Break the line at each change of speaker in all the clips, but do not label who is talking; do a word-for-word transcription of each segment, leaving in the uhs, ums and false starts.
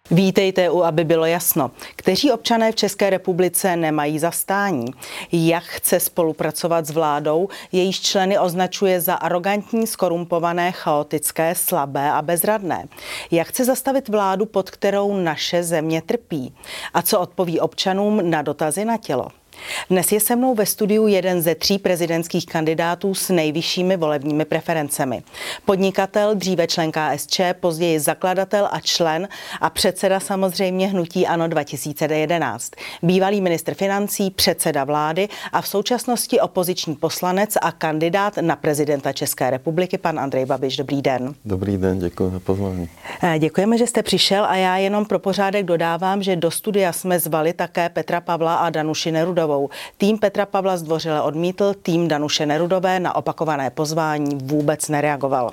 Vítejte u Aby bylo jasno. Kteří občané v České republice nemají zastání? Jak chce spolupracovat s vládou, jejíž členy označuje za arrogantní, skorumpované, chaotické, slabé a bezradné? Jak chce zastavit vládu, pod kterou naše země trpí? A co odpoví občanům na dotazy na tělo? Dnes je se mnou ve studiu jeden ze tří prezidentských kandidátů s nejvyššími volebními preferencemi. Podnikatel, dříve člen K S Č, později zakladatel a člen a předseda samozřejmě hnutí ANO dva tisíce jedenáct. Bývalý ministr financí, předseda vlády a v současnosti opoziční poslanec a kandidát na prezidenta České republiky, pan Andrej Babiš. Dobrý den.
Dobrý den, děkuji za pozvání.
Děkujeme, že jste přišel a já jenom pro pořádek dodávám, že do studia jsme zvali také Petra Pavla a Danuši Nerudovou. Tým Petra Pavla zdvořile odmítl, tým Danuše Nerudové na opakované pozvání vůbec nereagoval.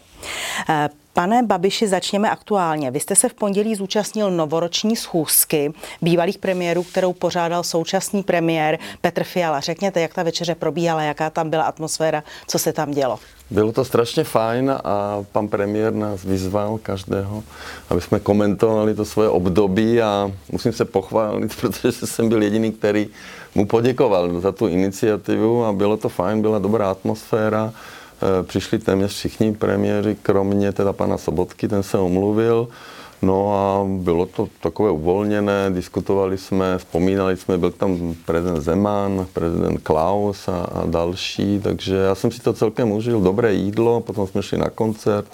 Pane Babiši, začněme aktuálně. Vy jste se v pondělí zúčastnil novoroční schůzky bývalých premiérů, kterou pořádal současný premiér Petr Fiala. Řekněte, jak ta večeře probíhala, jaká tam byla atmosféra, co se tam dělo?
Bylo to strašně fajn a pan premiér nás vyzval každého, aby jsme komentovali to svoje období a musím se pochválit, protože jsem byl jediný, který mu poděkoval za tu iniciativu a bylo to fajn, byla dobrá atmosféra. Přišli téměř všichni premiéři, kromě teda pana Sobotky, ten se omluvil. No a bylo to takové uvolněné, diskutovali jsme, vzpomínali jsme, byl tam prezident Zeman, prezident Klaus a, a další, takže já jsem si to celkem užil, dobré jídlo, potom jsme šli na koncert,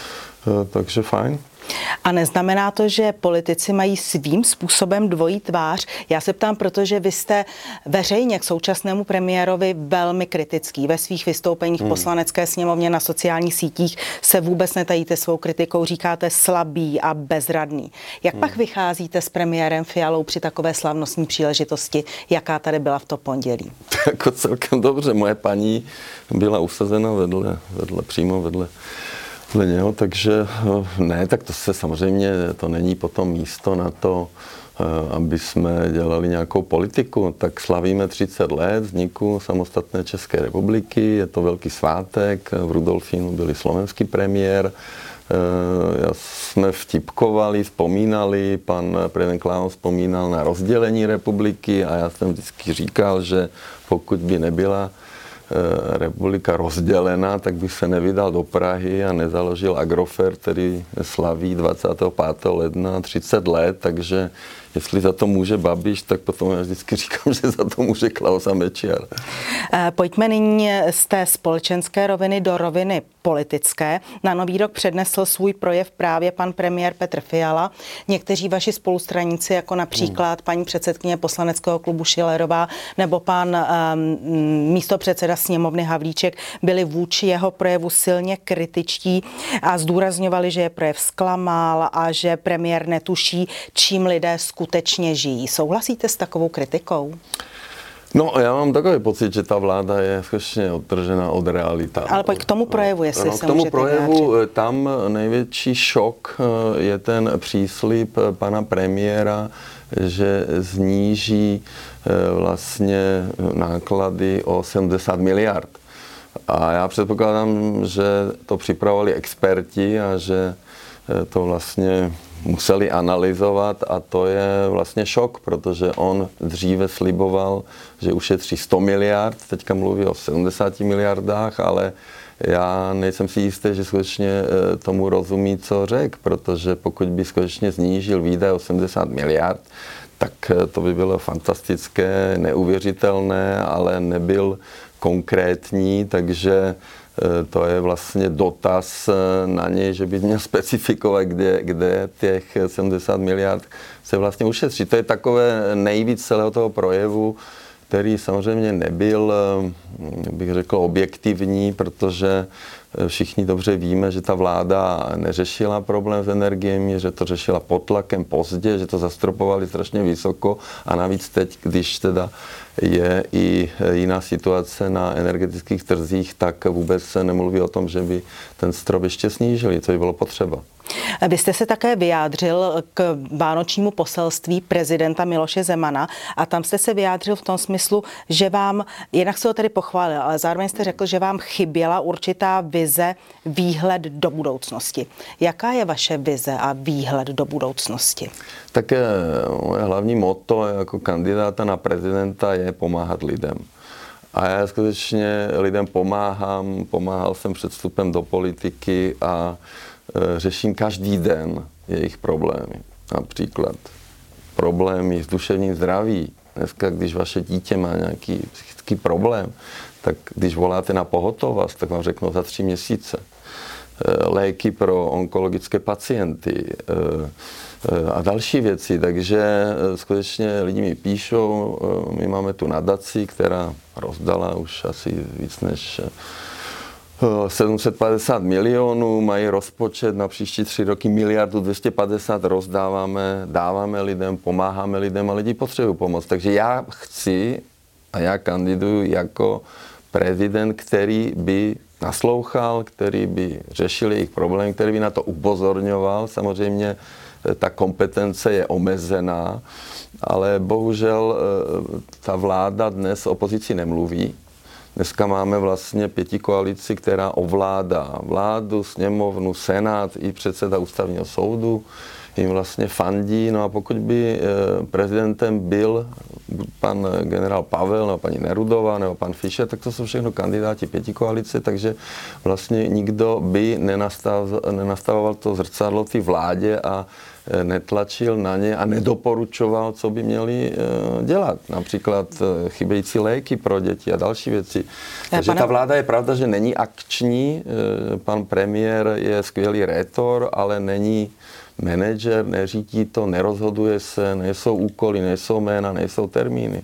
takže fajn.
A neznamená to, že politici mají svým způsobem dvojí tvář? Já se ptám, protože vy jste veřejně k současnému premiérovi velmi kritický. Ve svých vystoupeních v Poslanecké sněmovně na sociálních sítích se vůbec netajíte svou kritikou, říkáte slabý a bezradný. Jak hmm. pak vycházíte s premiérem Fialou při takové slavnostní příležitosti, jaká tady byla v to pondělí?
Jako celkem dobře. Moje paní byla usazena vedle, vedle přímo vedle Dle něho, takže ne, tak to se samozřejmě, to není potom místo na to, aby jsme dělali nějakou politiku. Tak slavíme třicet let vzniku samostatné České republiky, je to velký svátek, v Rudolfínu byl slovenský premiér, já jsme vtipkovali, vzpomínali, pan prezident Klaus vzpomínal na rozdělení republiky a já jsem vždycky říkal, že pokud by nebyla republika rozdělená, tak bych se nevydal do Prahy a nezaložil Agrofert, který slaví dvacátého pátého ledna třicet let, takže jestli za to může Babiš, tak potom já vždycky říkám, že za to může Klaus a Mečiar.
Pojďme nyní z té společenské roviny do roviny politické. Na Nový rok přednesl svůj projev právě pan premiér Petr Fiala. Někteří vaši spolustraníci, jako například hmm. paní předsedkyně poslaneckého klubu Schillerová nebo pan um, místopředseda sněmovny Havlíček, byli vůči jeho projevu silně kritičtí a zdůrazňovali, že je projev zklamal a že premiér netuší, čím lidé skutečně žijí. Souhlasíte s takovou kritikou?
No, já mám takový pocit, že ta vláda je skutečně odtržená od reality.
Ale pojď k tomu projevu, jestli
no,
se
k tomu
můžete
projevu,
vyjádřit.
Tam největší šok je ten příslib pana premiéra, že zníží vlastně náklady o sedmdesát miliard. A já předpokládám, že to připravovali experti a že to vlastně museli analyzovat a to je vlastně šok, protože on dříve sliboval, že ušetří sto miliard, teďka mluví o sedmdesáti miliardách, ale já nejsem si jistý, že skutečně tomu rozumí, co řekl, protože pokud by skutečně znížil výdaje o sedmdesát miliard, tak to by bylo fantastické, neuvěřitelné, ale nebyl konkrétní, takže to je vlastně dotaz na něj, že by měl specifikovat, kde, kde těch sedmdesát miliard se vlastně ušetří. To je takové nejvíc celého toho projevu, který samozřejmě nebyl, bych řekl, objektivní, protože všichni dobře víme, že ta vláda neřešila problém s energiemi, že to řešila pod tlakem pozdě, že to zastropovali strašně vysoko a navíc teď, když teda je i jiná situace na energetických trzích, tak vůbec se nemluví o tom, že by ten strop ještě snížili, co by bylo potřeba.
Vy jste se také vyjádřil k vánočnímu poselství prezidenta Miloše Zemana a tam jste se vyjádřil v tom smyslu, že vám, jinak se ho tedy pochválil, ale zároveň jste řekl, že vám chyběla určitá vize, výhled do budoucnosti. Jaká je vaše vize a výhled do budoucnosti?
Tak moje hlavní motto jako kandidáta na prezidenta je pomáhat lidem. A já skutečně lidem pomáhám, pomáhal jsem před vstupem do politiky a e, řeším každý den jejich problémy. Například problémy s duševním zdraví. Dneska, když vaše dítě má nějaký psychický problém, tak když voláte na pohotovost, tak vám řeknou za tři měsíce. E, léky pro onkologické pacienty e, e, a další věci. Takže e, skutečně lidi mi píšou, e, my máme tu nadaci, která rozdala už asi víc než sedm set padesát milionů, mají rozpočet na příští tři roky miliardu dvě stě padesát, rozdáváme, dáváme lidem, pomáháme lidem a lidi potřebují pomoc. Takže já chci a já kandiduji jako prezident, který by naslouchal, který by řešil jejich problém, který by na to upozorňoval. Samozřejmě ta kompetence je omezená, ale bohužel ta vláda dnes opozici nemluví. Dneska máme vlastně pětikoalici, která ovládá vládu, sněmovnu, senát i předseda ústavního soudu. Jim vlastně fandí. No a pokud by prezidentem byl pan generál Pavel, nebo paní Nerudová, nebo pan Fischer, tak to jsou všechno kandidáti pětikoalice, takže vlastně nikdo by nenastavoval to zrcadlo té vládě a netlačil na ně a nedoporučoval, co by měli dělat. Například chybějící léky pro děti a další věci. Takže ta vláda je pravda, že není akční. Pan premiér je skvělý rétor, ale není manažer, neřídí to, nerozhoduje se, nejsou úkoly, nejsou jména, nejsou termíny.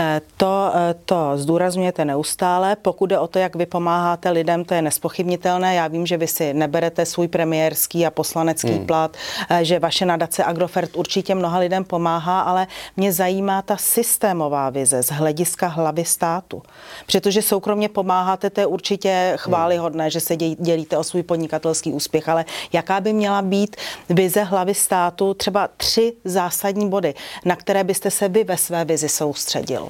To, to zdůrazňujete neustále. Pokud jde o to, jak vy pomáháte lidem, to je nespochybnitelné. Já vím, že vy si neberete svůj premiérský a poslanecký hmm. plat, že vaše nadace Agrofert určitě mnoha lidem pomáhá, ale mě zajímá ta systémová vize z hlediska hlavy státu. Protože soukromně pomáháte, to je určitě chvályhodné, hmm. že se dělíte o svůj podnikatelský úspěch, ale jaká by měla být vize hlavy státu, třeba tři zásadní body, na které byste se vy ve své vizi soustředil?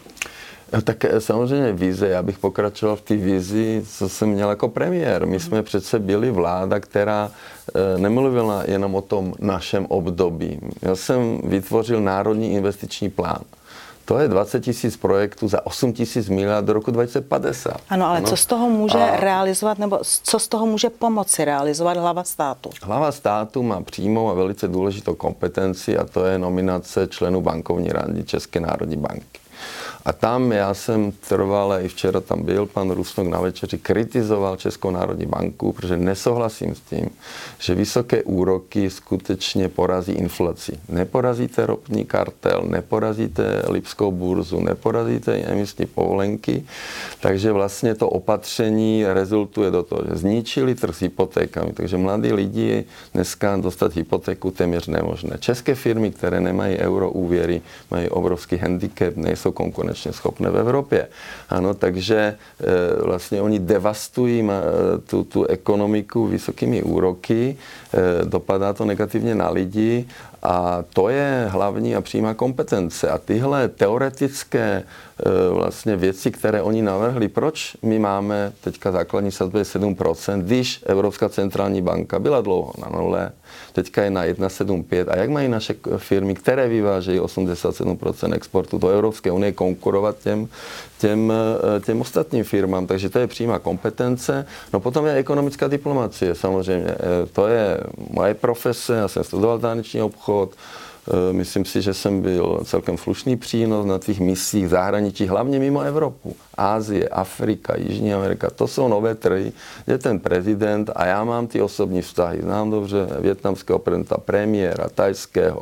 Tak samozřejmě vize, já bych pokračoval v té vizi, co jsem měl jako premiér. My jsme přece byli vláda, která nemluvila jenom o tom našem období. Já jsem vytvořil Národní investiční plán. To je dvacet tisíc projektů za osm tisíc miliard do roku dva tisíce padesát.
Ano, ale
ano.
co z toho může
a...
realizovat, nebo co z toho může pomoci realizovat hlava státu?
Hlava státu má přímou a velice důležitou kompetenci a to je nominace členů bankovní rady České národní banky. A tam já jsem trval, i včera tam byl pan Rusnok na večeři, kritizoval Českou národní banku, protože nesouhlasím s tím, že vysoké úroky skutečně porazí inflaci. Neporazíte ropný kartel, neporazíte Lipskou burzu, neporazíte emisní povolenky, takže vlastně to opatření rezultuje do toho, že zničili trh s hypotékami, takže mladí lidi dneska dostat hypotéku téměř nemožné. České firmy, které nemají euroúvěry, mají obrovský handicap, nejsou konkurenční schopné v Evropě. Ano, takže e, vlastně oni devastují e, tu, tu ekonomiku vysokými úroky, e, dopadá to negativně na lidi a to je hlavní a přímá kompetence. A tyhle teoretické e, vlastně věci, které oni navrhli, proč my máme teďka základní sazbě sedm procent, když Evropská centrální banka byla dlouho na nule, teďka je na jedna celá sedmdesát pět. A jak mají naše firmy, které vyvážejí osmdesát sedm procent exportu do Evropské unie, konkurovat těm, těm, těm ostatním firmám? Takže to je přímá kompetence. No potom je ekonomická diplomacie, samozřejmě. To je moje profese, já jsem studoval zahraniční obchod. Myslím si, že jsem byl celkem slušný přínos na těch misích v zahraničí, hlavně mimo Evropu. Ázie, Afrika, Jižní Amerika, to jsou nové trhy, kde ten prezident a já mám ty osobní vztahy. Znám dobře vietnamského prezidenta, premiéra, thajského,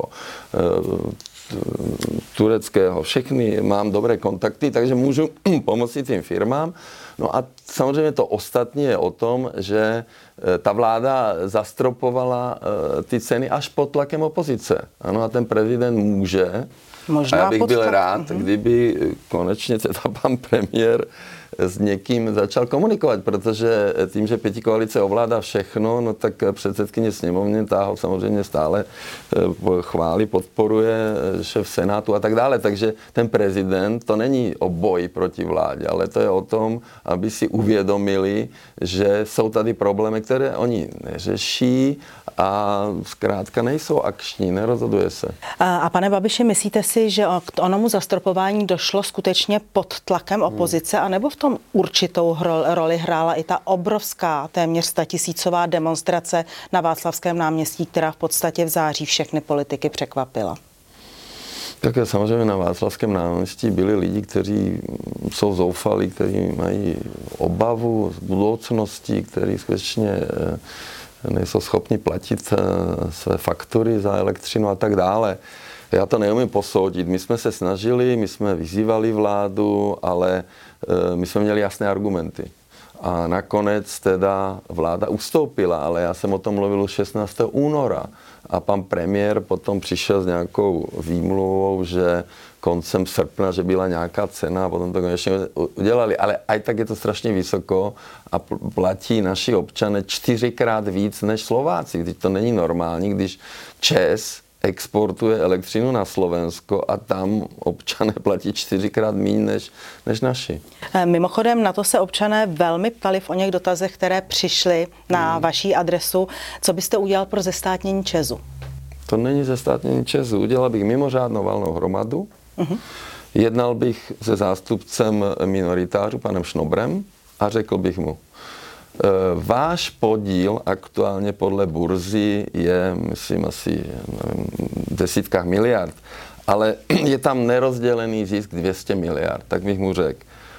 tureckého, všechny mám dobré kontakty, takže můžu pomoci tým firmám. No a samozřejmě to ostatní je o tom, že ta vláda zastropovala ty ceny až pod tlakem opozice. Ano, a ten prezident může,
Možná
a já bych byl
podtlak.
rád, kdyby konečně teda pan premiér s někým začal komunikovat, protože tím, že pětikoalice ovládá všechno, no tak předsedkyně sněmovny ta ho samozřejmě stále chválí, podporuje, šéf Senátu a tak dále. Takže ten prezident, to není o boji proti vládě, ale to je o tom, aby si uvědomili, že jsou tady problémy, které oni neřeší a zkrátka nejsou akční, nerozhoduje se.
A, a pane Babiši, myslíte si, že k onomu zastropování došlo skutečně pod tlakem opozice, hmm. anebo v tom určitou roli hrála i ta obrovská, téměř statisícová demonstrace na Václavském náměstí, která v podstatě v září všechny politiky překvapila?
Tak samozřejmě na Václavském náměstí byli lidi, kteří jsou zoufalí, kteří mají obavu z budoucnosti, kteří skutečně nejsou schopni platit své faktury za elektřinu a tak dále. Já to neumím posoudit. My jsme se snažili, my jsme vyzývali vládu, ale my jsme měli jasné argumenty. A nakonec teda vláda ustoupila, ale já jsem o tom mluvil šestnáctého února. A pan premiér potom přišel s nějakou výmluvou, že koncem srpna, že byla nějaká cena a potom to konečně udělali. Ale aj tak je to strašně vysoko a platí naši občané čtyřikrát víc než Slováci. Když to není normální, když ČEZ exportuje elektřinu na Slovensko a tam občané platí čtyřikrát méně než, než naši.
Mimochodem na to se občané velmi ptali v oněch dotazech, které přišly na hmm. vaší adresu. Co byste udělal pro zestátnění ČEZu?
To není zestátnění ČEZu. Udělal bych mimořádnou valnou hromadu. Uh-huh. Jednal bych se zástupcem minoritářů, panem Šnobrem, a řekl bych mu, váš podíl aktuálně podle burzy je, myslím, asi nevím, v desítkách miliard, ale je tam nerozdělený zisk dvě stě miliard. Tak bych mu řekl,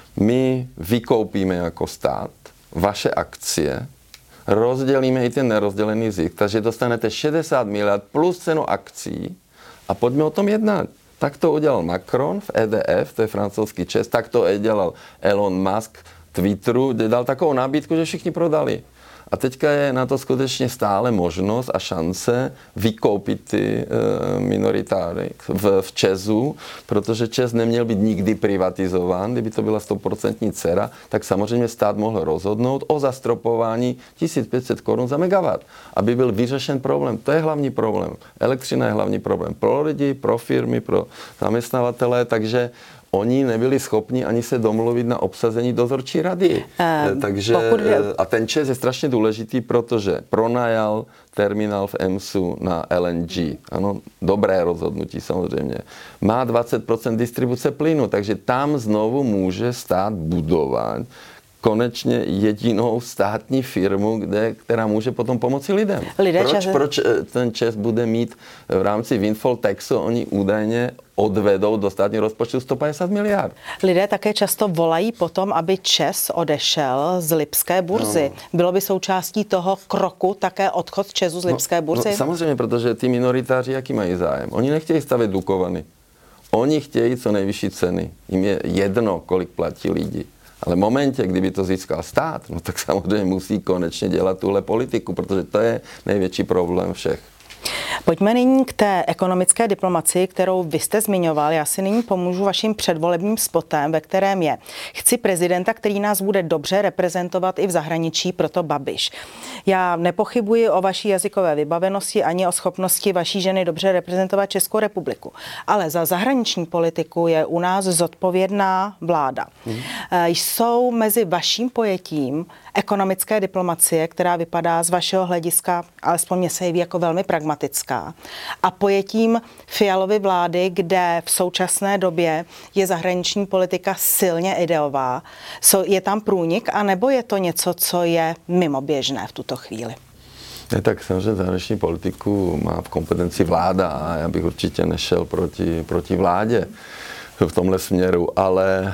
my vykoupíme jako stát vaše akcie, rozdělíme i ten nerozdělený zisk, takže dostanete šedesát miliard plus cenu akcí a pojďme o tom jednat. Tak to udělal Macron v E D F, to je francouzský ČEZ, tak to dělal Elon Musk Twitteru, kde dal takovou nabídku, že všichni prodali. A teďka je na to skutečně stále možnost a šance vykoupit ty e, minoritáry v, v ČEZu, protože ČEZ neměl být nikdy privatizován. Kdyby to byla stoprocentní dcera, tak samozřejmě stát mohl rozhodnout o zastropování tisíc pět set korun za megawatt, aby byl vyřešen problém. To je hlavní problém. Elektřina je hlavní problém pro lidi, pro firmy, pro zaměstnavatele, takže oni nebyli schopni ani se domluvit na obsazení dozorčí rady. Um, Takže, je... A ten ČEZ je strašně důležitý, protože pronajal terminál v EMSu na L N G. Ano, dobré rozhodnutí samozřejmě. Má dvacet procent distribuce plynu, takže tam znovu může stát budovat konečně jedinou státní firmu, kde, která může potom pomoci lidem.
Lidé
proč,
čas...
proč ten ČEZ bude mít v rámci windfall taxu, oni údajně odvedou do státního rozpočtu sto padesát miliard.
Lidé také často volají potom, aby ČEZ odešel z Lipské burzy. No. Bylo by součástí toho kroku také odchod ČEZu z Lipské
no,
burzy?
No, samozřejmě, protože ty minoritáři, jaký mají zájem? Oni nechtějí stavět Dukovany. Oni chtějí co nejvyšší ceny. Jim je jedno, kolik platí lidi. Ale v momentě, kdyby to získal stát, no tak samozřejmě musí konečně dělat tuhle politiku, protože to je největší problém všech.
Pojďme nyní k té ekonomické diplomacii, kterou vy jste zmiňoval. Já si nyní pomůžu vaším předvolebním spotem, ve kterém je: chci prezidenta, který nás bude dobře reprezentovat i v zahraničí, proto Babiš. Já nepochybuji o vaší jazykové vybavenosti ani o schopnosti vaší ženy dobře reprezentovat Českou republiku. Ale za zahraniční politiku je u nás zodpovědná vláda. Hmm. Jsou mezi vaším pojetím ekonomické diplomacie, která vypadá z vašeho hlediska, alespoň mě se jeví jako velmi pragmatická, a pojetím Fialovy vlády, kde v současné době je zahraniční politika silně ideová. Je tam průnik, anebo je to něco, co je mimoběžné v tuto chvíli?
Ne, tak samozřejmě zahraniční politiku má v kompetenci vláda a já bych určitě nešel proti, proti vládě v tomhle směru, ale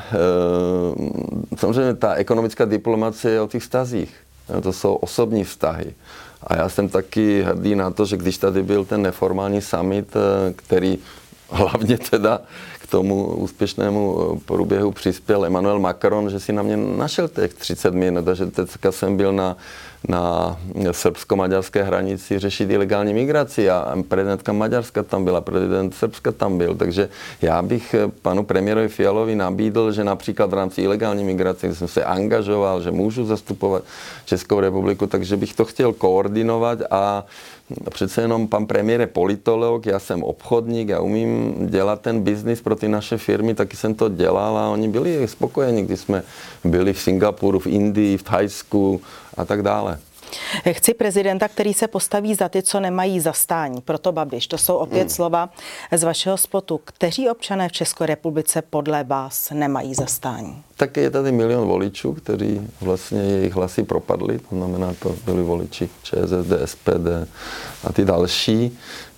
e, samozřejmě ta ekonomická diplomacie je o těch vztazích. To jsou osobní vztahy. A já jsem taky hrdý na to, že když tady byl ten neformální summit, který hlavně teda, tomu úspěšnému průběhu přispěl Emmanuel Macron, že si na mě našel těch třicet minut, takže teďka jsem byl na, na srbsko-maďarské hranici řešit ilegální migraci a prezidentka Maďarska tam byla, prezident Srbska tam byl, takže já bych panu premiérovi Fialovi nabídl, že například v rámci ilegální migrace jsem se angažoval, že můžu zastupovat Českou republiku, takže bych to chtěl koordinovat a přece jenom pan premiér je politolog, já jsem obchodník, já umím dělat ten biznis pro ty naše firmy, taky jsem to dělal a oni byli spokojeni, když jsme byli v Singapuru, v Indii, v Thajsku a tak dále.
Chci prezidenta, který se postaví za ty, co nemají zastání. Proto Babiš. To jsou opět hmm. slova z vašeho spotu. Kteří občané v České republice podle vás nemají zastání?
Tak je tady milion voličů, kteří vlastně jejich hlasy propadly. To znamená, to byli voliči ČSSD, S P D a ty další,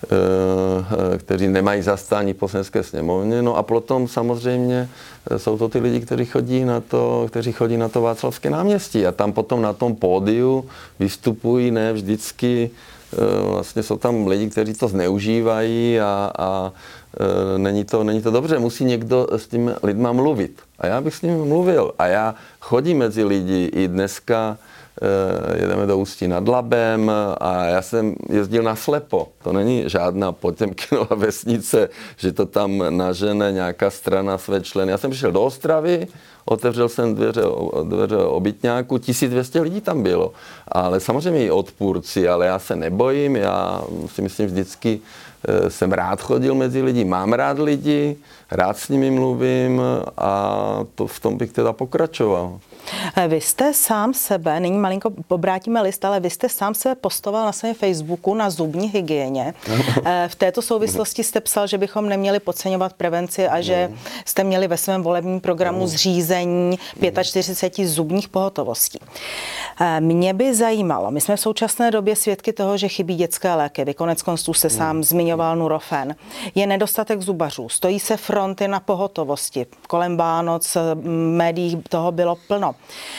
kteří nemají zastání v Poslanecké sněmovně. No a potom samozřejmě jsou to ty lidi, kteří chodí na to, kteří chodí na to Václavské náměstí a tam potom na tom pódiu vystupují ne vždycky, vlastně jsou tam lidi, kteří to zneužívají a, a není to, není to dobře, musí někdo s tím lidma mluvit. A já bych s nimi mluvil. A já chodím mezi lidi i dneska, jedeme do Ústí nad Labem a já jsem jezdil na slepo. To není žádná Potěmkinova vesnice, že to tam nažene nějaká strana své členy. Já jsem přišel do Ostravy, otevřel jsem dveře, dveře obytňáku, tisíc dvě stě lidí tam bylo. Ale samozřejmě i odpůrci, ale já se nebojím, já si myslím vždycky, jsem rád chodil mezi lidi, mám rád lidi, rád s nimi mluvím a to v tom bych teda pokračoval.
Vy jste sám sebe, nyní malinko obrátíme list, ale vy jste sám sebe postoval na svém Facebooku na zubní hygieně. V této souvislosti jste psal, že bychom neměli podceňovat prevenci a že jste měli ve svém volebním programu zřízení čtyřicet pět zubních pohotovostí. Mě by zajímalo, my jsme v současné době svědky toho, že chybí dětské léky. Vy koneckonců se sám zmiňoval Nurofen. Je nedostatek zubařů, stojí se fronty na pohotovosti. Kolem Vánoc v médiích toho bylo plno.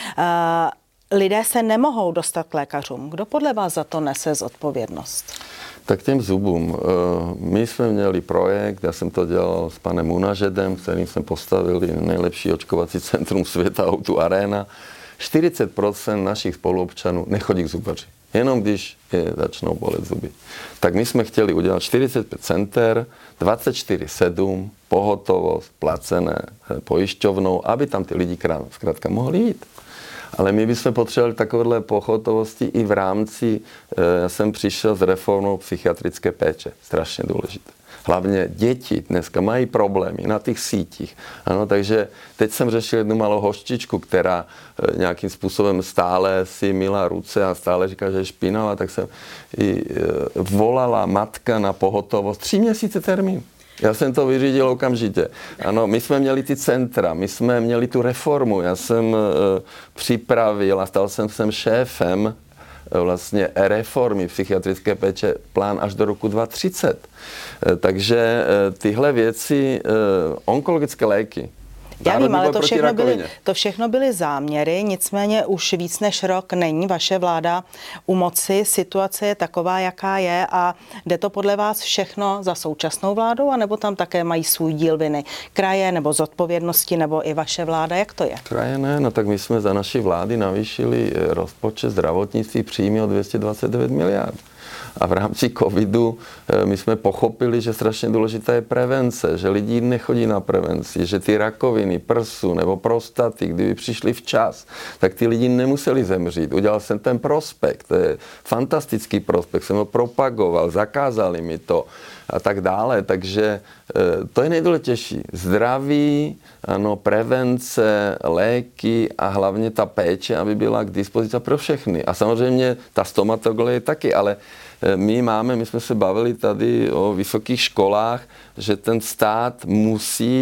Lidé se nemohou dostat k lékařům. Kdo podle vás za to nese zodpovědnost?
Tak těm zubům. My jsme měli projekt, já jsem to dělal s panem Munažedem, kterým jsme postavili nejlepší očkovací centrum světa, O dva Arena. čtyřicet procent našich spoluobčanů nechodí k zubaři. Jenom když je začnou bolet zuby. Tak my jsme chtěli udělat čtyřicet pět center, dvacet čtyři sedm, pohotovost, placené pojišťovnou, aby tam ty lidi zkrátka mohli jít. Ale my bychom potřebovali takovéhle pohotovosti i v rámci, já jsem přišel s reformou psychiatrické péče, strašně důležité. Hlavně děti dneska mají problémy na těch sítích. Ano, takže teď jsem řešil jednu malou hoštičku, která nějakým způsobem stále si myla ruce a stále říká, že je špinavá, tak jsem i volala matka na pohotovost. Tři měsíce termín. Já jsem to vyřídil okamžitě. Ano, my jsme měli ty centra, my jsme měli tu reformu. Já jsem e, připravil a stal jsem sem šéfem e, vlastně reformy psychiatrické péče, plán až do roku dva tisíce třicet. E, takže e, tyhle věci, e, onkologické léky,
já vím, ale to všechno, byly, to všechno byly záměry, nicméně už víc než rok není vaše vláda u moci. Situace je taková, jaká je a jde to podle vás všechno za současnou vládou, anebo tam také mají svůj díl viny kraje nebo zodpovědnosti, nebo i vaše vláda, jak to je? Kraje
ne, no tak my jsme za naší vlády navýšili rozpočet zdravotnictví příjmy o dvě stě dvacet devět miliard. A v rámci covidu my jsme pochopili, že strašně důležitá je prevence, že lidi nechodí na prevenci, že ty rakoviny prsu nebo prostaty, kdyby přišli včas, tak ty lidi nemuseli zemřít. Udělal jsem ten prospekt, to je fantastický prospekt, jsem ho propagoval, zakázali mi to a tak dále. Takže to je nejdůležitější. Zdraví, ano, prevence, léky a hlavně ta péče, aby byla k dispozici pro všechny. A samozřejmě ta stomatologie taky, ale my máme, my jsme se bavili tady o vysokých školách, že ten stát musí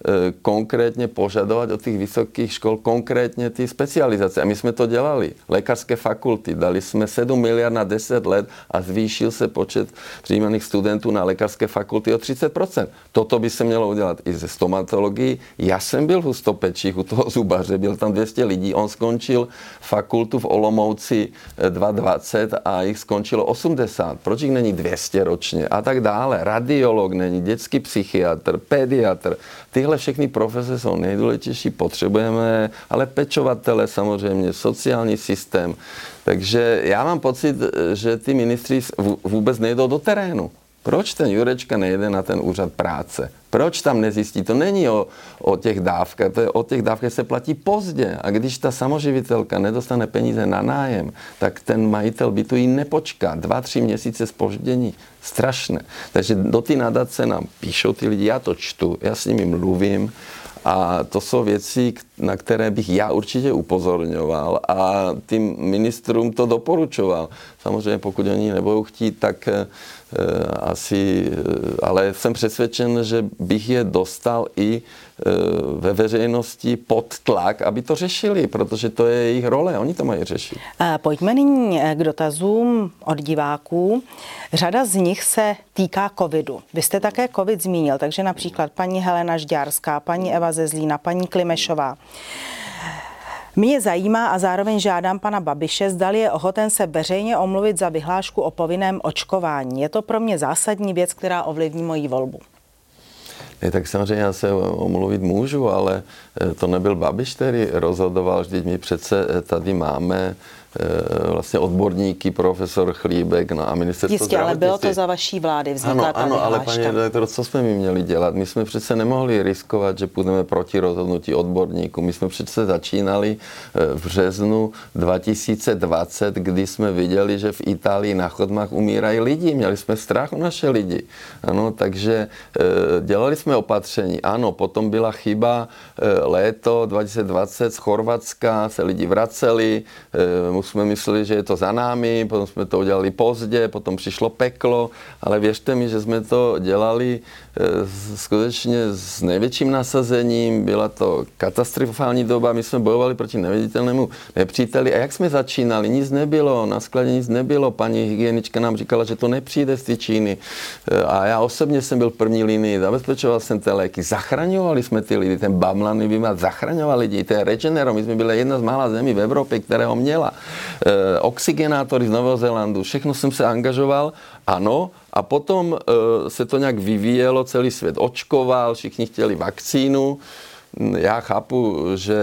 konkrétně požadovat od těch vysokých škol konkrétně ty specializace. A my jsme to dělali. Lékařské fakulty. Dali jsme sedm miliard na deset let a zvýšil se počet přijímaných studentů na lékařské fakulty o třicet procent. Toto by se mělo udělat i ze stomatologii. Já jsem byl v Hustopečích u toho zubaře, byl tam dvě stě lidí. On skončil fakultu v Olomouci dvacet dva a jich skončilo osmdesát. Proč jich není dvě stě ročně? A tak dále. Radiolog není, dětský psychiatr, pediatr. Tyhle všechny profese jsou nejdůležitější, potřebujeme, ale pečovatele samozřejmě, sociální systém. Takže já mám pocit, že ty ministři vůbec nejdou do terénu. Proč ten Jurečka nejde na ten úřad práce? Proč tam nezjistí? To není o, o těch dávkách, to je o těch dávkách se platí pozdě. A když ta samoživitelka nedostane peníze na nájem, tak ten majitel bytu jí nepočká. Dva, tři měsíce zpoždění. Strašné. Takže do ty nadace nám píšou ty lidi, já to čtu, já s nimi mluvím. A to jsou věci, na které bych já určitě upozorňoval a tím ministrům to doporučoval. Samozřejmě pokud oni nebudou chtít, tak e, asi, ale jsem přesvědčen, že bych je dostal i e, ve veřejnosti pod tlak, aby to řešili, protože to je jejich role, oni to mají řešit.
Pojďme nyní k dotazům od diváků. Řada z nich se týká covidu. Vy jste také covid zmínil, takže například paní Helena Žďárská, paní Eva ze Zlína, paní Klimešová. Mě zajímá a zároveň žádám pana Babiše, zdali je ochoten se veřejně omluvit za vyhlášku o povinném očkování. Je to pro mě zásadní věc, která ovlivní moji volbu.
Ne, tak samozřejmě já se omluvit můžu, ale to nebyl Babiš, který rozhodoval, vždyť my přece tady máme vlastně odborníky, profesor Chlíbek no a ministerstvo
Jistě, ale bylo to za vaší vlády, vznikla
ano,
ta
ano, ale
vyhláška.
paní redaktor, co jsme my měli dělat? My jsme přece nemohli riskovat, že půjdeme proti rozhodnutí odborníků. My jsme přece začínali v březnu dva tisíce dvacet, kdy jsme viděli, že v Itálii na chodbách umírají lidi. Měli jsme strach o naše lidi. Ano, takže dělali jsme opatření. Ano, potom byla chyba léto dva tisíce dvacet z Chorvatska, se lidi vraceli, jsme mysleli, že je to za námi, potom jsme to udělali pozdě, potom přišlo peklo, ale věřte mi, že jsme to dělali skutečně s největším nasazením, byla to katastrofální doba, my jsme bojovali proti neviditelnému nepříteli a jak jsme začínali, nic nebylo, na skladě nic nebylo, paní hygienička nám říkala, že to nepřijde z té Číny a já osobně jsem byl v první linii, zabezpečoval jsem ty léky, zachraňovali jsme ty lidi, ten Bamlan Vymat zachraňoval lidi, ten Regeneron, my jsme byli jedna z mála zemí v Evropě, která ho měla. E, oxygenátory z Nového Zélandu, všechno jsem se angažoval, ano, a potom e, se to nějak vyvíjelo, celý svět očkoval, všichni chtěli vakcínu. Já chápu, že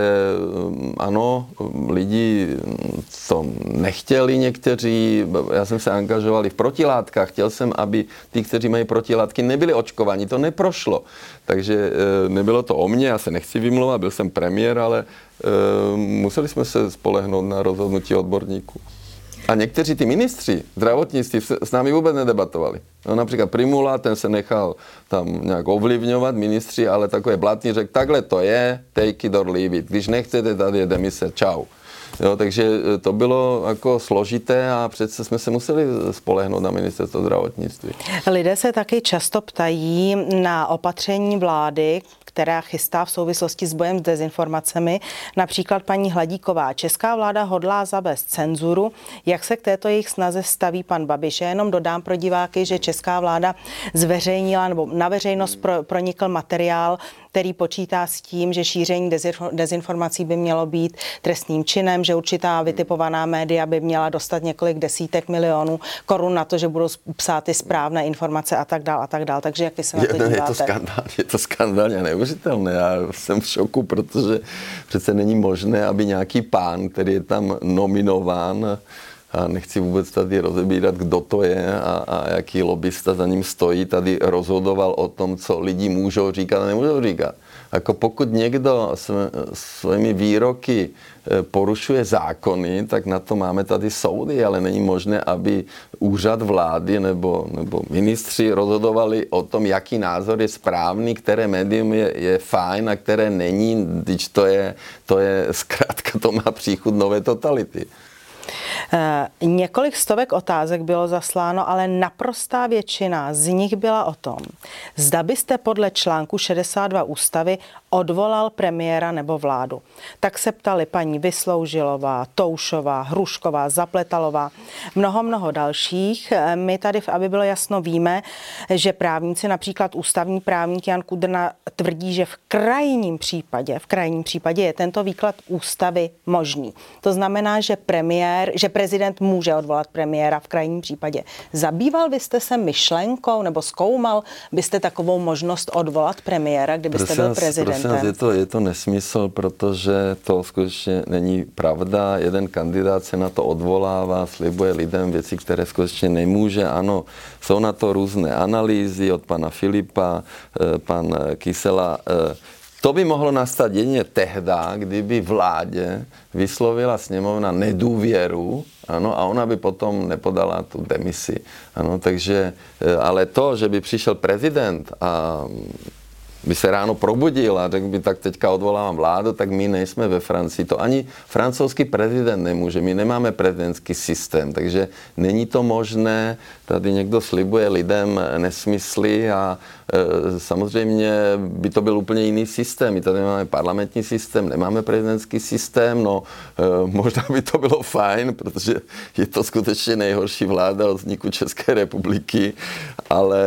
ano, lidi to nechtěli někteří, já jsem se angažoval i v protilátkách, chtěl jsem, aby ty, kteří mají protilátky, nebyli očkovaní, to neprošlo. Takže nebylo to o mně, já se nechci vymlouvat, byl jsem premiér, ale museli jsme se spolehnout na rozhodnutí odborníků. A někteří ty ministři zdravotnictví s námi vůbec nedebatovali. No, například Primula, ten se nechal tam nějak ovlivňovat, ministři, ale takové blatný řekl, takhle to je, take it or leave it. Když nechcete, tady je demise, čau. Jo, takže to bylo jako složité a přece jsme se museli spolehnout na ministerstvo zdravotnictví.
Lidé se taky často ptají na opatření vlády, která chystá v souvislosti s bojem s dezinformacemi. Například paní Hladíková. Česká vláda hodlá zavést cenzuru. Jak se k této jejich snaze staví pan Babiš? Já jenom dodám pro diváky, že česká vláda zveřejnila nebo na veřejnost pro, pronikl materiál, který počítá s tím, že šíření dezinformací by mělo být trestným činem, že určitá vytipovaná média by měla dostat několik desítek milionů korun na to, že budou psát ty správné informace a tak dál a tak dál. Takže jak vy se na to díváte?
Je to skandál, je to skandálně neuvěřitelné. Já jsem v šoku, protože přece není možné, aby nějaký pán, který je tam nominován, a nechci vůbec tady rozebírat, kdo to je a, a jaký lobbysta za ním stojí, tady rozhodoval o tom, co lidi můžou říkat a nemůžou říkat. Jako pokud někdo svými výroky porušuje zákony, tak na to máme tady soudy, ale není možné, aby úřad vlády nebo, nebo ministři rozhodovali o tom, jaký názor je správný, které médium je, je fajn a které není, když to je, to je zkrátka, to má příchod nové totality.
Několik stovek otázek bylo zasláno, ale naprostá většina z nich byla o tom, zda byste podle článku šedesát dva ústavy odvolal premiéra nebo vládu. Tak se ptali paní Vysloužilová, Toušová, Hrušková, Zapletalová, mnoho, mnoho dalších. My tady, aby bylo jasno, víme, že právníci, například ústavní právník Jan Kudrna, tvrdí, že v krajním případě, v krajním případě je tento výklad ústavy možný. To znamená, že premiér, že prezident může odvolat premiéra v krajním případě. Zabýval byste se myšlenkou nebo zkoumal byste takovou možnost odvolat premiéra, kdybyste byl prezidentem?
Prosím, je to, je to nesmysl, protože to skutečně není pravda. Jeden kandidát se na to odvolává, slibuje lidem věci, které skutečně nemůže. Ano, jsou na to různé analýzy od pana Filipa, pan Kysela. To by mohlo nastat jedině tehda, kdyby vládě vyslovila sněmovna nedůvěru, ano, a ona by potom nepodala tu demisi. Ano, takže, ale to, že by přišel prezident a by se ráno probudil a řekl by, tak teďka odvolávám vládu, tak my nejsme ve Francii. To ani francouzský prezident nemůže. My nemáme prezidentský systém, takže není to možné. Tady někdo slibuje lidem nesmysly a e, samozřejmě by to byl úplně jiný systém. My tady máme parlamentní systém, nemáme prezidentský systém. No e, možná by to bylo fajn, protože je to skutečně nejhorší vláda od vzniku České republiky, ale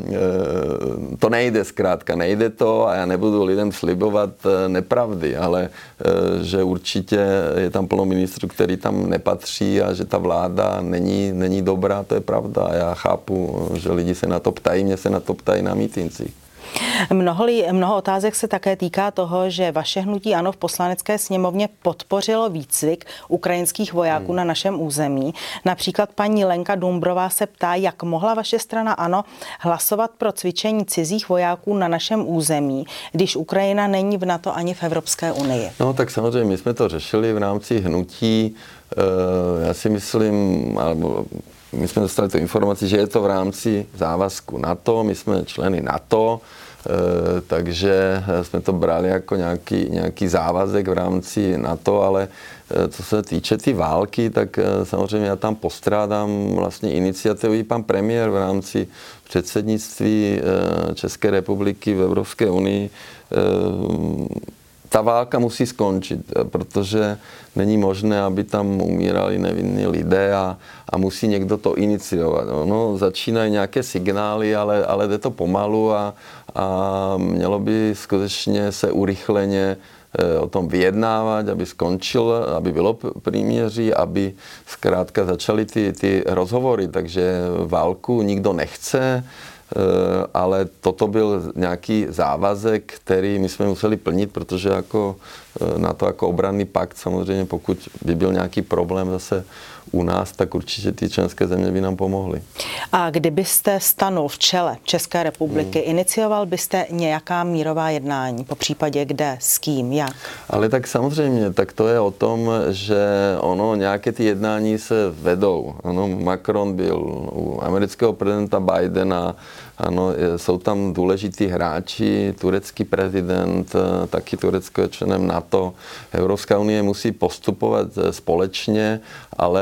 e, to nejde zkrátka, nejde to a já nebudu lidem slibovat nepravdy, ale že určitě je tam plno ministrů, který tam nepatří a že ta vláda není, není dobrá, to je pravda. Já chápu, že lidi se na to ptají, mě se na to ptají na mítincích.
Mnoho, mnoho otázek se také týká toho, že vaše hnutí ANO v Poslanecké sněmovně podpořilo výcvik ukrajinských vojáků hmm. na našem území. Například paní Lenka Dumbrová se ptá, jak mohla vaše strana ANO hlasovat pro cvičení cizích vojáků na našem území, když Ukrajina není v NATO ani v Evropské unii.
No tak samozřejmě my jsme to řešili v rámci hnutí. Já si myslím, alebo my jsme dostali tu informaci, že je to v rámci závazku NATO, my jsme členy NATO, e, takže jsme to brali jako nějaký, nějaký závazek v rámci NATO, ale e, co se týče ty války, tak e, samozřejmě já tam postrádám vlastně iniciativu pan premiér v rámci předsednictví e, České republiky v Evropské unii. E, Ta válka musí skončit, protože není možné, aby tam umírali nevinní lidé a, a musí někdo to iniciovat. No, začínají nějaké signály, ale, ale jde to pomalu a, a mělo by skutečně se urychleně o tom vyjednávat, aby skončil, aby bylo příměří, aby zkrátka začaly ty, ty rozhovory. Takže válku nikdo nechce, ale toto byl nějaký závazek, který my jsme museli plnit, protože jako na to jako obranný pakt samozřejmě, pokud by byl nějaký problém zase u nás, tak určitě ty členské země by nám pomohly.
A kdybyste stanul v čele České republiky, hmm. inicioval byste nějaká mírová jednání, po případě kde, s kým, jak? Ale
tak samozřejmě, tak to je o tom, že ono, nějaké ty jednání se vedou. Ano, Macron byl u amerického prezidenta Bidena, ano, jsou tam důležití hráči, turecký prezident, taky Turecko je členem NATO. Evropská unie musí postupovat společně, ale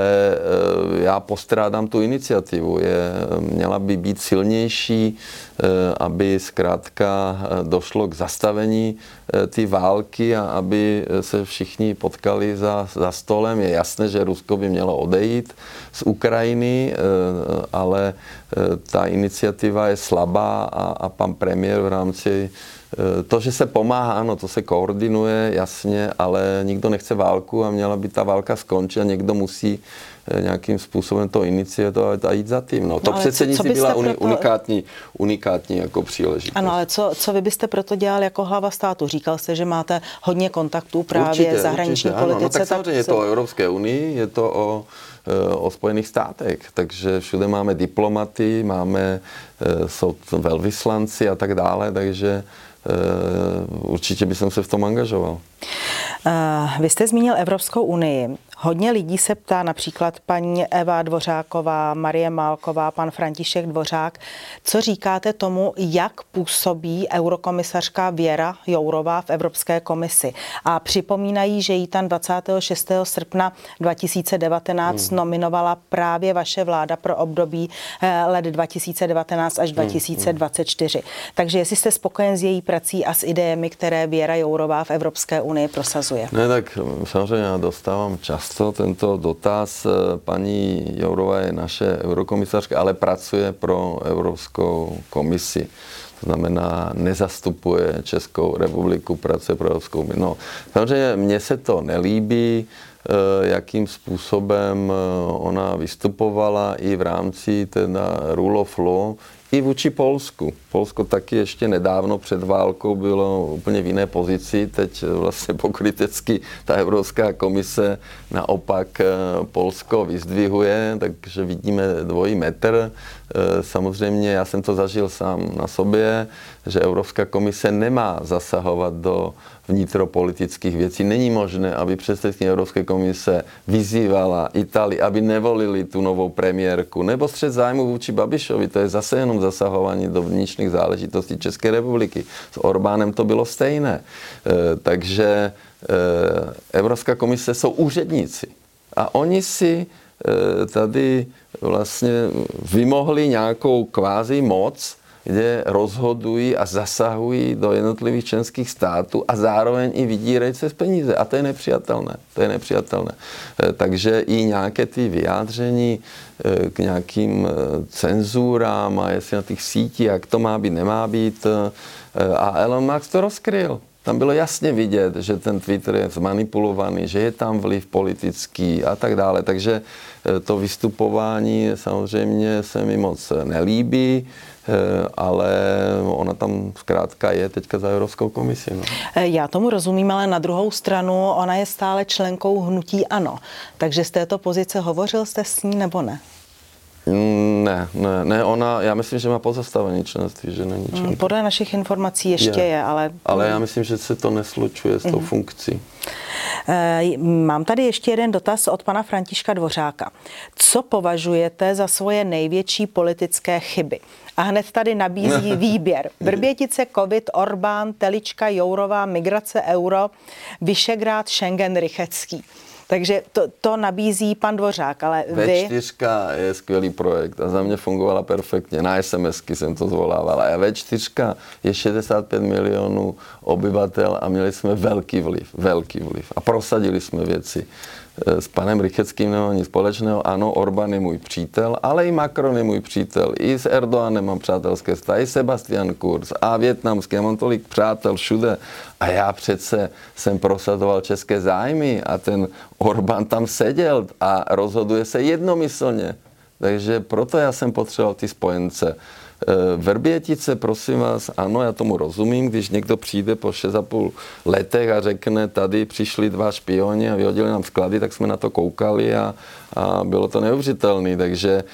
já postrádám tu iniciativu. Je, měla by být silnější, aby zkrátka došlo k zastavení ty války a aby se všichni potkali za, za stolem. Je jasné, že Rusko by mělo odejít z Ukrajiny, ale ta iniciativa je slabá a, a pan premiér v rámci to, že se pomáhá, ano, to se koordinuje, jasně, ale nikdo nechce válku a měla by ta válka skončit a někdo musí nějakým způsobem to iniciovat a jít za tím. No, to no, předsednictví byla proto... unikátní, unikátní jako příležitost.
Ano, ale co, co vy byste proto dělal jako hlava státu? Říkal jste, že máte hodně kontaktů právě v zahraniční určitě, politice.
Ano, no, tak samozřejmě tak... je to o Evropské unii, je to o, o Spojených státech, takže všude máme diplomaty, máme, jsou velvyslanci a tak dále, takže určitě bych se v tom angažoval.
Vy jste zmínil Evropskou unii. Hodně lidí se ptá, například paní Eva Dvořáková, Marie Málková, pan František Dvořák. Co říkáte tomu, jak působí eurokomisařka Věra Jourová v Evropské komisi? A připomínají, že ji tam dvacátého šestého srpna dva tisíce devatenáct hmm. nominovala právě vaše vláda pro období let dva tisíce devatenáct až dva tisíce dvacet čtyři. Hmm. Takže jestli jste spokojen s její prací a s idejemi, které Věra Jourová v Evropské unii prosazuje?
Ne, tak samozřejmě já dostávám často tento dotaz. Paní Jourová je naše eurokomisařka, ale pracuje pro Evropskou komisi. To znamená, nezastupuje Českou republiku, pracuje pro Evropskou unii. No, samozřejmě mně se to nelíbí, jakým způsobem ona vystupovala i v rámci teda rule of law, i vůči Polsku. Polsko taky ještě nedávno před válkou bylo úplně v jiné pozici. Teď vlastně pokrytecky ta Evropská komise naopak Polsko vyzdvihuje, takže vidíme dvojí metr. Samozřejmě já jsem to zažil sám na sobě, že Evropská komise nemá zasahovat do vnitropolitických věcí. Není možné, aby předsedkyně Evropské komise vyzývala Itálii, aby nevolili tu novou premiérku, nebo střet zájmu vůči Babišovi. To je zase jenom zasahování do vnitřních záležitostí České republiky. S Orbánem to bylo stejné. E, takže e, Evropská komise jsou úředníci. A oni si e, tady vlastně vymohli nějakou kvázi moc, kde rozhodují a zasahují do jednotlivých členských států a zároveň i vydírají se z peníze. A to je nepřijatelné. To je nepřijatelné. Takže i nějaké ty vyjádření k nějakým cenzurám a jestli na těch sítích, jak to má být, nemá být. A Elon Musk to rozkryl. Tam bylo jasně vidět, že ten Twitter je zmanipulovaný, že je tam vliv politický a tak dále. Takže to vystupování samozřejmě se mi moc nelíbí, ale ona tam zkrátka je teďka za Evropskou komisi. No.
Já tomu rozumím, ale na druhou stranu ona je stále členkou hnutí ANO. Takže z této pozice hovořil jste s ní nebo ne?
Ne, ne, ne, ona, já myslím, že má pozastavení členství, že není členka.
Podle našich informací ještě je, je ale...
Ale já myslím, že se to neslučuje s tou mm. funkcí.
Mám tady ještě jeden dotaz od pana Františka Dvořáka. Co považujete za svoje největší politické chyby? A hned tady nabízí výběr. Vrbětice, covid, Orbán, Telička, Jourová, migrace, euro, Vyšegrád, Schengen, Rychetský. Takže to, to nabízí pan Dvořák, ale vy...
vé čtyři je skvělý projekt a za mě fungovala perfektně. Na SMSky jsem to zvolávala. A vé čtyři je šedesát pět milionů obyvatel a měli jsme velký vliv, velký vliv. A prosadili jsme věci. S panem Rycheckým nemám nic společného. Ano, Orbán je můj přítel, ale i Macron je můj přítel. I s Erdoganem mám přátelské vztahy, i Sebastian Kurz a vietnamský. Já mám tolik přátel všude. A já přece jsem prosazoval české zájmy a ten Orbán tam seděl a rozhoduje se jednomyslně. Takže proto já jsem potřeboval ty spojence. Vrbětice, prosím vás, ano, já tomu rozumím, když někdo přijde po šest a půl letech a řekne, tady přišli dva špioni a vyhodili nám sklady, tak jsme na to koukali a, a bylo to neuvěřitelné, takže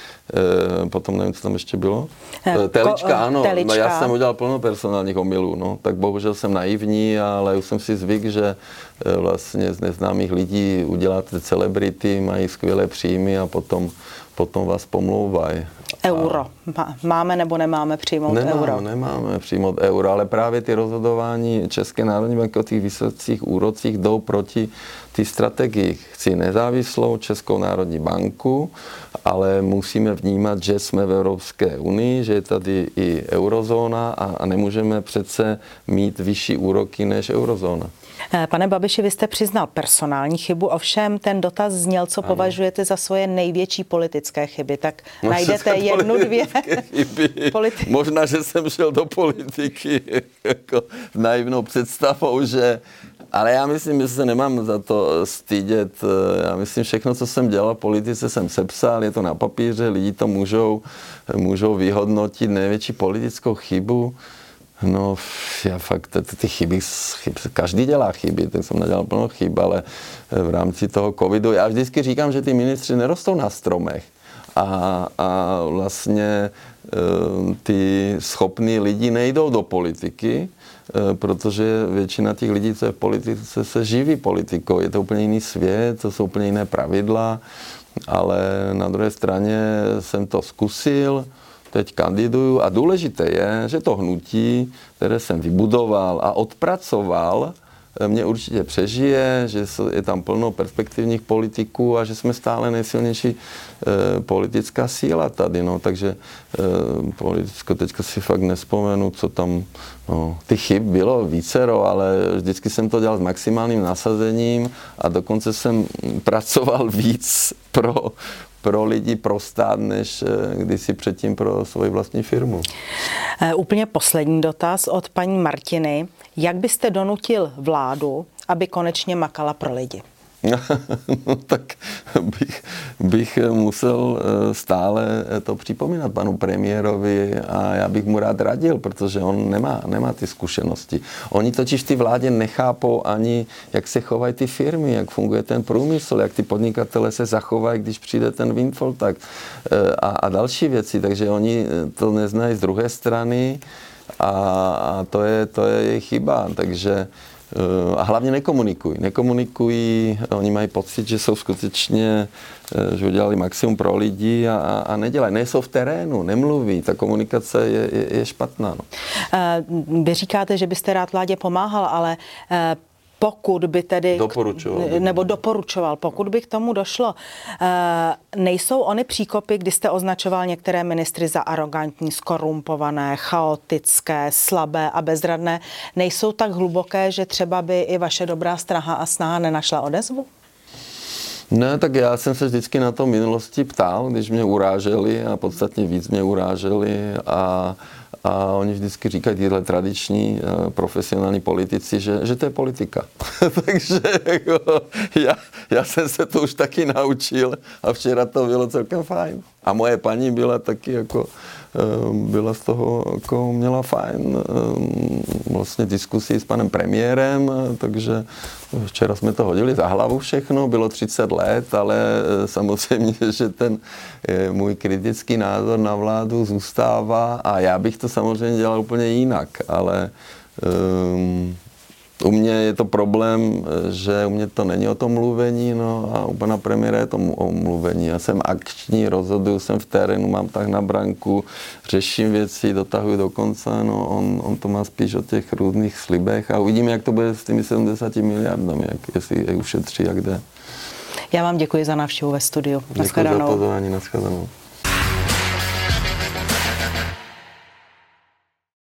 e, potom nevím, co tam ještě bylo. E, telička, ano, telička. Já jsem udělal plno personálních omylů, no, tak bohužel jsem naivní, ale už jsem si zvyk, že e, vlastně z neznámých lidí uděláte celebrity, mají skvělé příjmy a potom, potom vás pomlouvají.
Euro. Máme nebo nemáme přijmout
nemáme,
euro?
Nemáme přijmout euro, ale právě ty rozhodování České národní banky o těch vysokých úrocích jdou proti ty strategii. Chci nezávislou Českou národní banku, ale musíme vnímat, že jsme v Evropské unii, že je tady i eurozóna a, a nemůžeme přece mít vyšší úroky než eurozóna.
Pane Babiši, vy jste přiznal personální chybu, ovšem ten dotaz zněl, co ano. považujete za svoje největší politické chyby. Tak no, najdete jednu, dvě
politi- Možná, že jsem šel do politiky jako naivnou představou, že... Ale já myslím, že se nemám za to stydět. Já myslím, všechno, co jsem dělal v politice, jsem sepsal, je to na papíře, lidi to můžou, můžou vyhodnotit. Největší politickou chybu. No, já fakt, ty chyby, chyb, každý dělá chyby, tak jsem nadělal plno chyb, ale v rámci toho covidu, já vždycky říkám, že ty ministři nerostou na stromech, a, a vlastně ty schopní lidi nejdou do politiky, protože většina těch lidí, co je v politice, se živí politikou. Je to úplně jiný svět, to jsou úplně jiné pravidla, ale na druhé straně jsem to zkusil, teď kandiduju a důležité je, že to hnutí, které jsem vybudoval a odpracoval, mě určitě přežije, že je tam plno perspektivních politiků a že jsme stále nejsilnější e, politická síla tady, no, takže e, politicko teďka si fakt nespomenu, co tam, no, ty chyb bylo vícero, ale vždycky jsem to dělal s maximálním nasazením a dokonce jsem pracoval víc pro pro lidi, pro stát, než kdysi předtím pro svoji vlastní firmu.
E, úplně poslední dotaz od paní Martiny. Jak byste donutil vládu, aby konečně makala pro lidi?
No tak bych, bych musel stále to připomínat panu premiérovi a já bych mu rád radil, protože on nemá, nemá ty zkušenosti. Oni totiž ty vládě nechápou ani, jak se chovají ty firmy, jak funguje ten průmysl, jak ty podnikatele se zachovají, když přijde ten windfall tak, a, a další věci. Takže oni to neznají z druhé strany a, a to je, to je jejich chyba. Takže a hlavně nekomunikují. Nekomunikují, oni mají pocit, že jsou skutečně, že udělali maximum pro lidi a, a nedělají. Nejsou v terénu, nemluví. Ta komunikace je, je, je špatná. No.
Vy říkáte, že byste rád vládě pomáhal, ale pokud by tedy...
Doporučoval.
Nebo doporučoval, pokud by k tomu došlo. Nejsou ony příkopy, kdy jste označoval některé ministry za arrogantní, skorumpované, chaotické, slabé a bezradné, nejsou tak hluboké, že třeba by i vaše dobrá snaha a snaha nenašla odezvu?
Ne, tak já jsem se vždycky na to minulosti ptal, když mě uráželi a podstatně víc mě uráželi a A oni vždycky říkají, tyhle tradiční profesionální politici, že, že to je politika. Takže jako, já, já jsem se to už taky naučil a včera to bylo celkem fajn. A moje paní byla taky jako, byla z toho, jako měla fajn vlastně diskusi s panem premiérem, takže včera jsme to hodili za hlavu všechno, bylo třicet let, ale samozřejmě, že ten můj kritický názor na vládu zůstává a já bych to samozřejmě dělal úplně jinak, ale um, u mě je to problém, že u mě to není o tom mluvení, no a u pana premiéra je to o mluvení. Já jsem akční, rozhoduju, jsem v terénu, mám tak na branku, řeším věci, dotahuji do konce, no on, on to má spíš o těch různých slibech a uvidíme, jak to bude s těmi sedmdesáti miliardami, jak, jestli je ušetří, jak jde.
Já vám děkuji za návštěvu ve studiu.
Děkuji za pozvání, nashledanou.